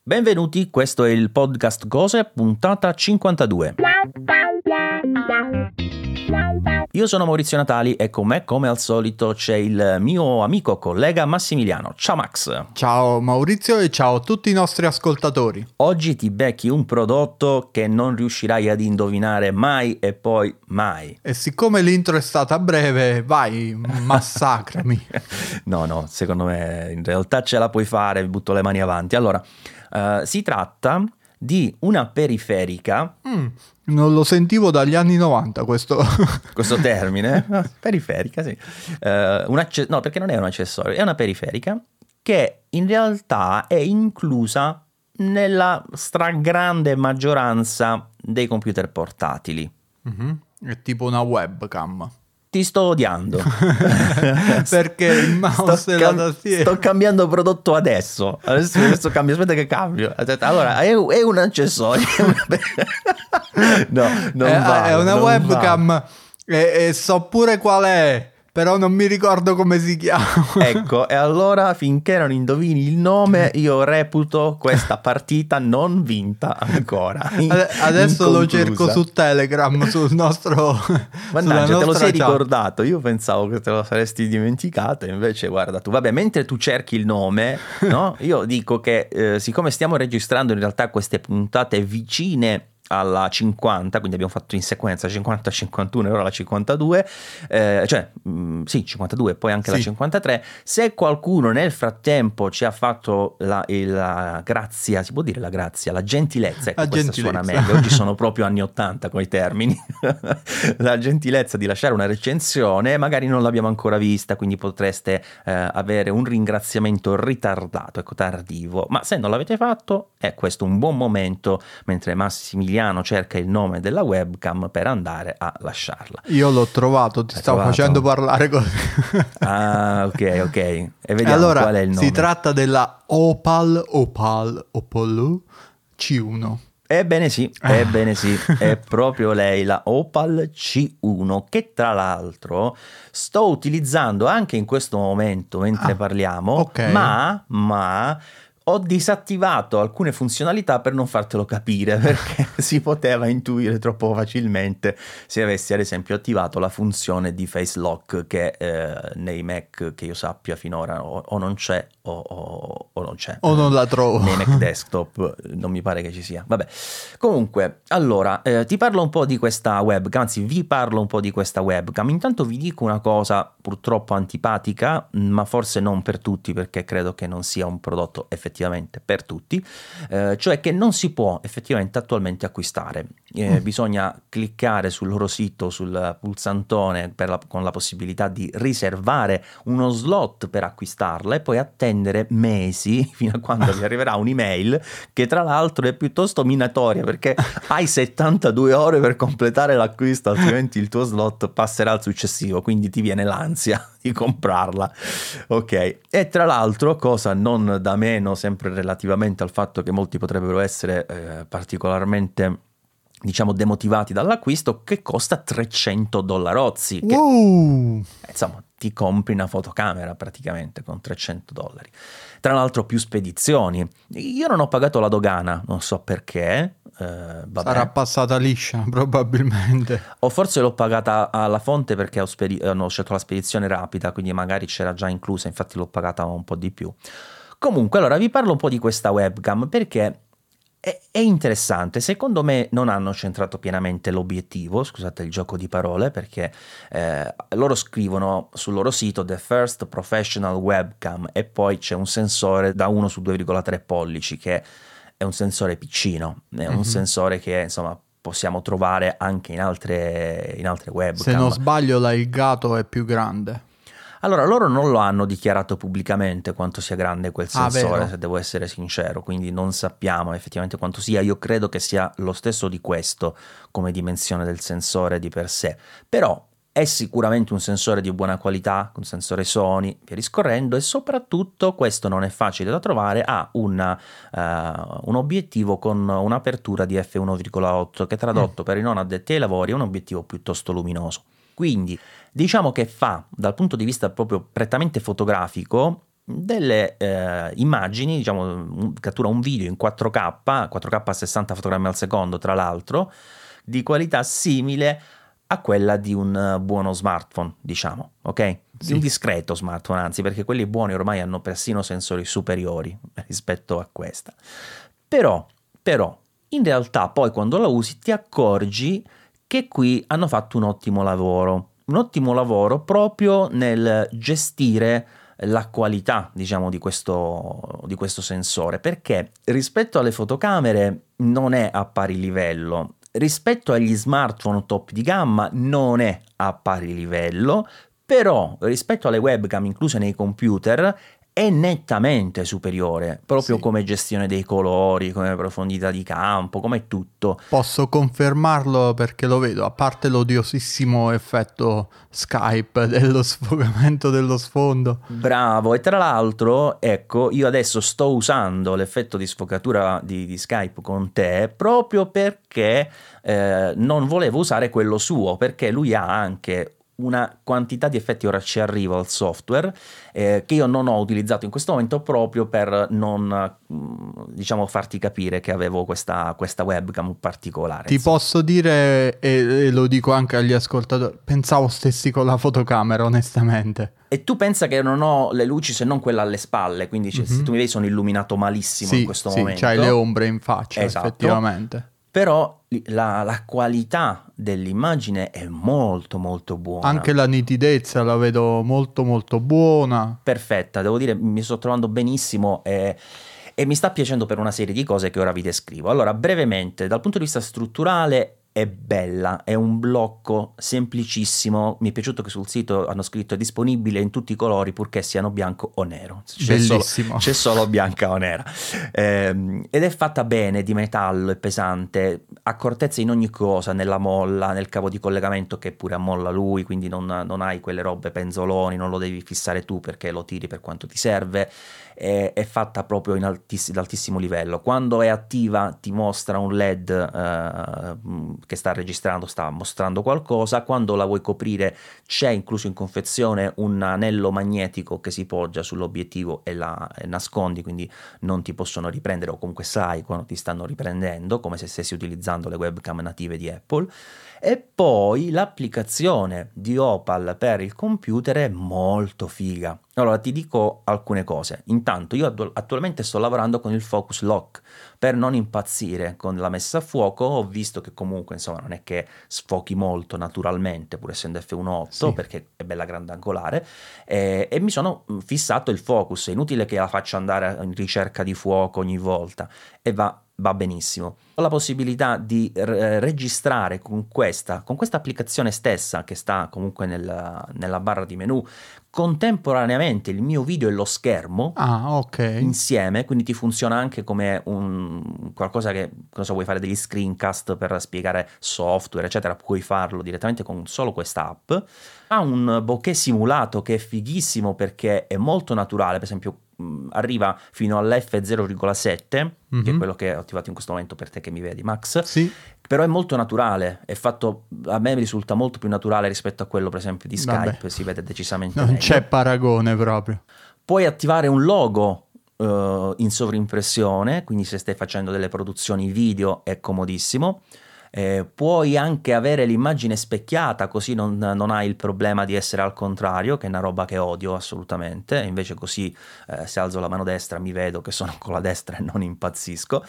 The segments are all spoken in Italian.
Benvenuti, questo è il podcast Cose, puntata 52. Io sono Maurizio Natali e con me, come al solito, c'è il mio amico collega Massimiliano. Ciao Max! Ciao Maurizio e ciao a tutti i nostri ascoltatori. Oggi ti becchi un prodotto che non riuscirai ad indovinare mai e poi mai. E siccome l'intro è stata breve, vai, massacrami. No, secondo me in realtà ce la puoi fare, butto le mani avanti. Allora, si tratta di una periferica. Non lo sentivo dagli anni 90 questo termine. Periferica, sì. No, perché non è un accessorio, è una periferica che in realtà è inclusa nella stragrande maggioranza dei computer portatili. È tipo una webcam. Ti sto odiando. Perché il mouse e la tastiera. Sto cambiando prodotto adesso cambio, aspetta che cambio. Allora, è un accessorio. No, non vale, è una non webcam vale. e so pure qual è, però non mi ricordo come si chiama. Ecco, e allora finché non indovini il nome io reputo questa partita non vinta ancora. Adesso lo cerco su Telegram, sul nostro. Mannaggia, te lo sei chat. ricordato? Io pensavo che te lo saresti dimenticato, invece guarda tu. Vabbè, mentre tu cerchi il nome, no? Io dico che siccome stiamo registrando in realtà queste puntate vicine alla 50, quindi abbiamo fatto in sequenza 50, 51 e ora la 52, sì, 52 e poi anche la 53. Se qualcuno nel frattempo ci ha fatto la grazia, si può dire la grazia, la gentilezza, ecco, questa suona meglio, oggi sono proprio anni 80 con i termini, la gentilezza di lasciare una recensione, magari non l'abbiamo ancora vista, quindi potreste avere un ringraziamento ritardato, ecco, tardivo, ma se non l'avete fatto è questo un buon momento mentre Massimiliano cerca il nome della webcam per andare a lasciarla. Io l'ho trovato, ti stavo facendo parlare così. Ah, ok. E vediamo allora, qual è il nome. Si tratta della Opal C1. Ebbene sì, è proprio lei, la Opal C1, che tra l'altro sto utilizzando anche in questo momento mentre parliamo, okay. ma ho disattivato alcune funzionalità per non fartelo capire, perché si poteva intuire troppo facilmente se avessi ad esempio attivato la funzione di face lock che nei Mac che io sappia finora o non c'è o non c'è. O non la trovo. Nei Mac desktop non mi pare che ci sia. Vabbè. Comunque, allora, ti parlo un po' di questa webcam, anzi vi parlo un po' di questa webcam. Intanto vi dico una cosa purtroppo antipatica, ma forse non per tutti, perché credo che non sia un prodotto effettivamente per tutti, cioè che non si può effettivamente attualmente acquistare. Bisogna cliccare sul loro sito, sul pulsantone con la possibilità di riservare uno slot per acquistarla e poi attendere mesi fino a quando vi arriverà un'email che tra l'altro è piuttosto minatoria, perché hai 72 ore per completare l'acquisto, altrimenti il tuo slot passerà al successivo, quindi ti viene l'ansia di comprarla. Ok, e tra l'altro, cosa non da meno, sempre relativamente al fatto che molti potrebbero essere particolarmente, diciamo, demotivati dall'acquisto, che costa $300, che insomma ti compri una fotocamera praticamente con $300. Tra l'altro più spedizioni. Io non ho pagato la dogana, non so perché. Vabbè. Sarà passata liscia probabilmente. O forse l'ho pagata alla fonte perché hanno scelto la spedizione rapida, quindi magari c'era già inclusa, infatti l'ho pagata un po' di più. Comunque, allora vi parlo un po' di questa webcam perché è interessante. Secondo me non hanno centrato pienamente l'obiettivo, scusate il gioco di parole, perché loro scrivono sul loro sito The First Professional Webcam e poi c'è un sensore da 1 su 2,3 pollici che è un sensore piccino, è un sensore che insomma possiamo trovare anche in altre webcam. Se non sbaglio l'Elgato è più grande. Allora, loro non lo hanno dichiarato pubblicamente quanto sia grande quel sensore, vero? se devo essere sincero, quindi non sappiamo effettivamente quanto sia. Io credo che sia lo stesso di questo come dimensione del sensore di per sé, però è sicuramente un sensore di buona qualità, un sensore Sony, via discorrendo, e soprattutto, questo non è facile da trovare, ha un obiettivo con un'apertura di f1,8 che tradotto per i non addetti ai lavori è un obiettivo piuttosto luminoso. Quindi diciamo che fa, dal punto di vista proprio prettamente fotografico, delle immagini, diciamo, cattura un video in 4K a 60 fotogrammi al secondo, tra l'altro, di qualità simile a quella di un buono smartphone, diciamo, ok? Di un discreto smartphone, anzi, perché quelli buoni ormai hanno persino sensori superiori rispetto a questa. Però, in realtà poi quando la usi ti accorgi che qui hanno fatto un ottimo lavoro proprio nel gestire la qualità, diciamo, di questo sensore, perché rispetto alle fotocamere non è a pari livello, rispetto agli smartphone top di gamma non è a pari livello, però rispetto alle webcam incluse nei computer è nettamente superiore, proprio come gestione dei colori, come profondità di campo, come tutto. Posso confermarlo perché lo vedo, a parte l'odiosissimo effetto Skype dello sfogamento dello sfondo. Bravo, e tra l'altro, ecco, io adesso sto usando l'effetto di sfocatura di Skype con te proprio perché non volevo usare quello suo, perché lui ha anche una quantità di effetti, ora ci arrivo al software, che io non ho utilizzato in questo momento proprio per non, diciamo, farti capire che avevo questa webcam particolare. Ti posso dire, e lo dico anche agli ascoltatori, pensavo stessi con la fotocamera, onestamente. E tu pensa che non ho le luci se non quella alle spalle, quindi se tu mi vedi sono illuminato malissimo in questo momento. Sì, c'hai le ombre in faccia, effettivamente. Però la qualità dell'immagine è molto molto buona. Anche la nitidezza la vedo molto molto buona. Perfetta, devo dire, mi sto trovando benissimo e mi sta piacendo per una serie di cose che ora vi descrivo. Allora, brevemente, dal punto di vista strutturale è bella, è un blocco semplicissimo. Mi è piaciuto che sul sito hanno scritto è disponibile in tutti i colori purché siano bianco o nero. Bellissimo. C'è solo bianca o nera. Ed è fatta bene, di metallo, è pesante, accortezza in ogni cosa, nella molla, nel cavo di collegamento che pure ammolla lui, quindi non hai quelle robe penzoloni, non lo devi fissare tu perché lo tiri per quanto ti serve. È fatta proprio d'altissimo livello. Quando è attiva ti mostra un LED che sta registrando, sta mostrando qualcosa. Quando la vuoi coprire c'è incluso in confezione un anello magnetico che si poggia sull'obiettivo e la nascondi, quindi non ti possono riprendere, o comunque sai quando ti stanno riprendendo, come se stessi utilizzando le webcam native di Apple. E poi l'applicazione di Opal per il computer è molto figa. Allora ti dico alcune cose. Intanto io attualmente sto lavorando con il Focus Lock per non impazzire con la messa a fuoco. Ho visto che comunque insomma non è che sfochi molto naturalmente pur essendo f1.8 perché è bella grandangolare, e mi sono fissato il focus. È inutile che la faccia andare in ricerca di fuoco ogni volta e va benissimo. Ho la possibilità di registrare con questa applicazione stessa che sta comunque nella barra di menu contemporaneamente il mio video e lo schermo insieme, quindi ti funziona anche come un qualcosa che, cosa vuoi fare, degli screencast per spiegare software eccetera, puoi farlo direttamente con solo questa app. Ha un bokeh simulato che è fighissimo perché è molto naturale, per esempio arriva fino all'F0,7 che è quello che ho attivato in questo momento per te che mi vedi, Max. Però è molto naturale, è fatto, a me mi risulta molto più naturale rispetto a quello per esempio di Skype. Si vede decisamente non meglio. C'è paragone proprio. Puoi attivare un logo in sovrimpressione, quindi se stai facendo delle produzioni video è comodissimo. Puoi anche avere l'immagine specchiata, così non hai il problema di essere al contrario, che è una roba che odio assolutamente. Invece così se alzo la mano destra mi vedo che sono con la destra e non impazzisco.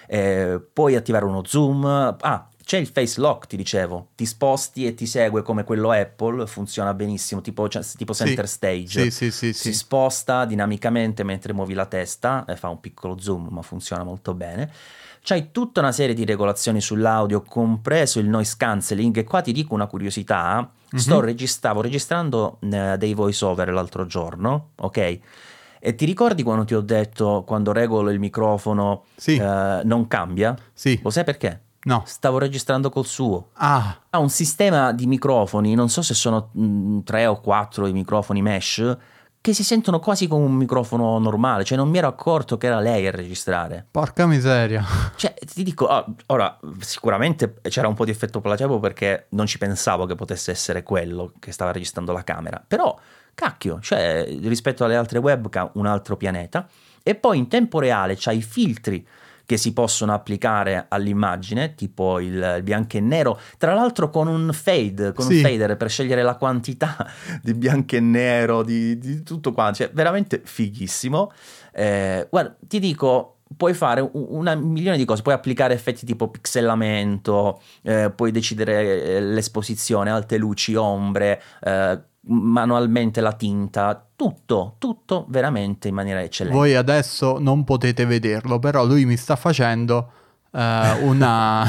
Puoi attivare uno zoom. C'è il face lock, ti dicevo, ti sposti e ti segue come quello Apple, funziona benissimo, tipo center stage. Si sposta dinamicamente mentre muovi la testa, fa un piccolo zoom ma funziona molto bene. C'hai tutta una serie di regolazioni sull'audio, compreso il noise cancelling, e qua ti dico una curiosità, stavo registrando dei voice over l'altro giorno, ok? E ti ricordi quando ti ho detto quando regolo il microfono non cambia? Lo sai perché? No. Stavo registrando col suo. Ha un sistema di microfoni, non so se sono 3 o 4 i microfoni mesh, che si sentono quasi come un microfono normale, cioè non mi ero accorto che era lei a registrare. Porca miseria. Cioè ti dico, ora sicuramente c'era un po' di effetto placebo perché non ci pensavo che potesse essere quello che stava registrando la camera, però cacchio, cioè rispetto alle altre webcam un altro pianeta. E poi in tempo reale c'hai i filtri che si possono applicare all'immagine, tipo il bianco e nero, tra l'altro con un fade, con un fader per scegliere la quantità di bianco e nero, di tutto quanto, cioè veramente fighissimo. Guarda, ti dico, puoi fare una milione di cose, puoi applicare effetti tipo pixelamento, puoi decidere l'esposizione, alte luci, ombre, manualmente la tinta, tutto veramente in maniera eccellente. Voi adesso non potete vederlo, però lui mi sta facendo una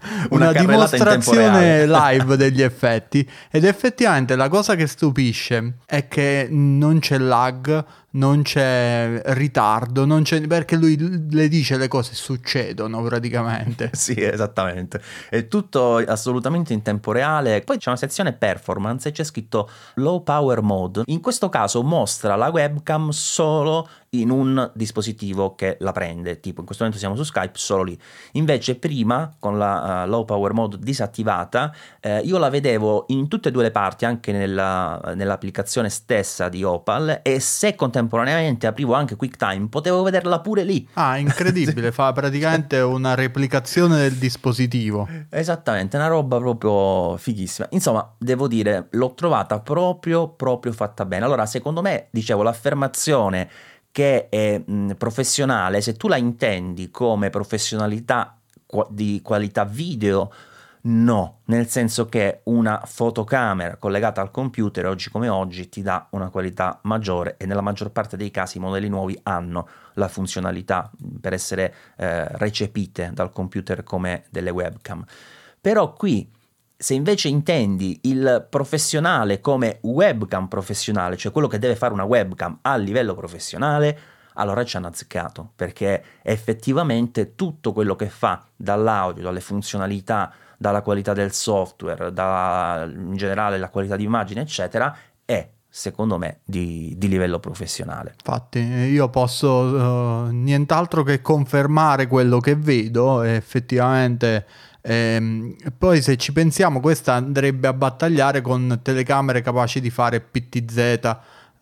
dimostrazione live degli effetti, ed effettivamente la cosa che stupisce è che non c'è lag, non c'è ritardo, perché lui le dice le cose succedono praticamente. Sì, esattamente, è tutto assolutamente in tempo reale. Poi c'è una sezione performance e c'è scritto low power mode. In questo caso mostra la webcam solo in un dispositivo che la prende, tipo in questo momento siamo su Skype, solo lì. Invece prima, con la low power mode disattivata, io la vedevo in tutte e due le parti, anche nell'applicazione stessa di Opal, e se contemporaneamente aprivo anche QuickTime potevo vederla pure lì. Ah, incredibile, fa praticamente una replicazione del dispositivo. Esattamente, una roba proprio fighissima. Insomma, devo dire, l'ho trovata proprio fatta bene. Allora, secondo me, dicevo, l'affermazione che è professionale, se tu la intendi come professionalità di qualità video, no, nel senso che una fotocamera collegata al computer oggi come oggi ti dà una qualità maggiore, e nella maggior parte dei casi i modelli nuovi hanno la funzionalità per essere recepite dal computer come delle webcam. Però qui, se invece intendi il professionale come webcam professionale, cioè quello che deve fare una webcam a livello professionale, allora ci hanno azzeccato, perché effettivamente tutto quello che fa, dall'audio, dalle funzionalità, dalla qualità del software, in generale la qualità di immagine, eccetera, è secondo me di livello professionale. Infatti io posso nient'altro che confermare quello che vedo, effettivamente. Poi se ci pensiamo, questa andrebbe a battagliare con telecamere capaci di fare PTZ,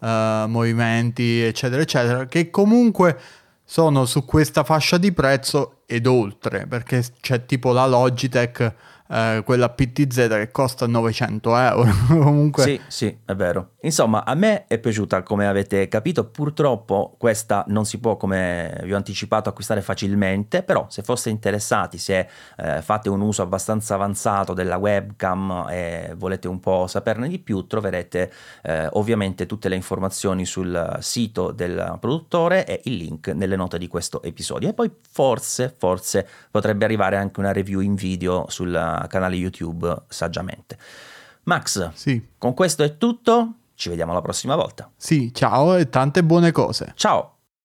movimenti eccetera eccetera, che comunque sono su questa fascia di prezzo ed oltre, perché c'è tipo la Logitech, quella PTZ che costa 900 euro. Comunque sì, è vero. Insomma, a me è piaciuta, come avete capito. Purtroppo questa non si può, come vi ho anticipato, acquistare facilmente, però se foste interessati, se fate un uso abbastanza avanzato della webcam e volete un po' saperne di più, troverete ovviamente tutte le informazioni sul sito del produttore e il link nelle note di questo episodio. E poi forse potrebbe arrivare anche una review in video sul canale YouTube Saggiamente. Max, sì, con questo è tutto, ci vediamo la prossima volta. Sì, ciao e tante buone cose. Ciao!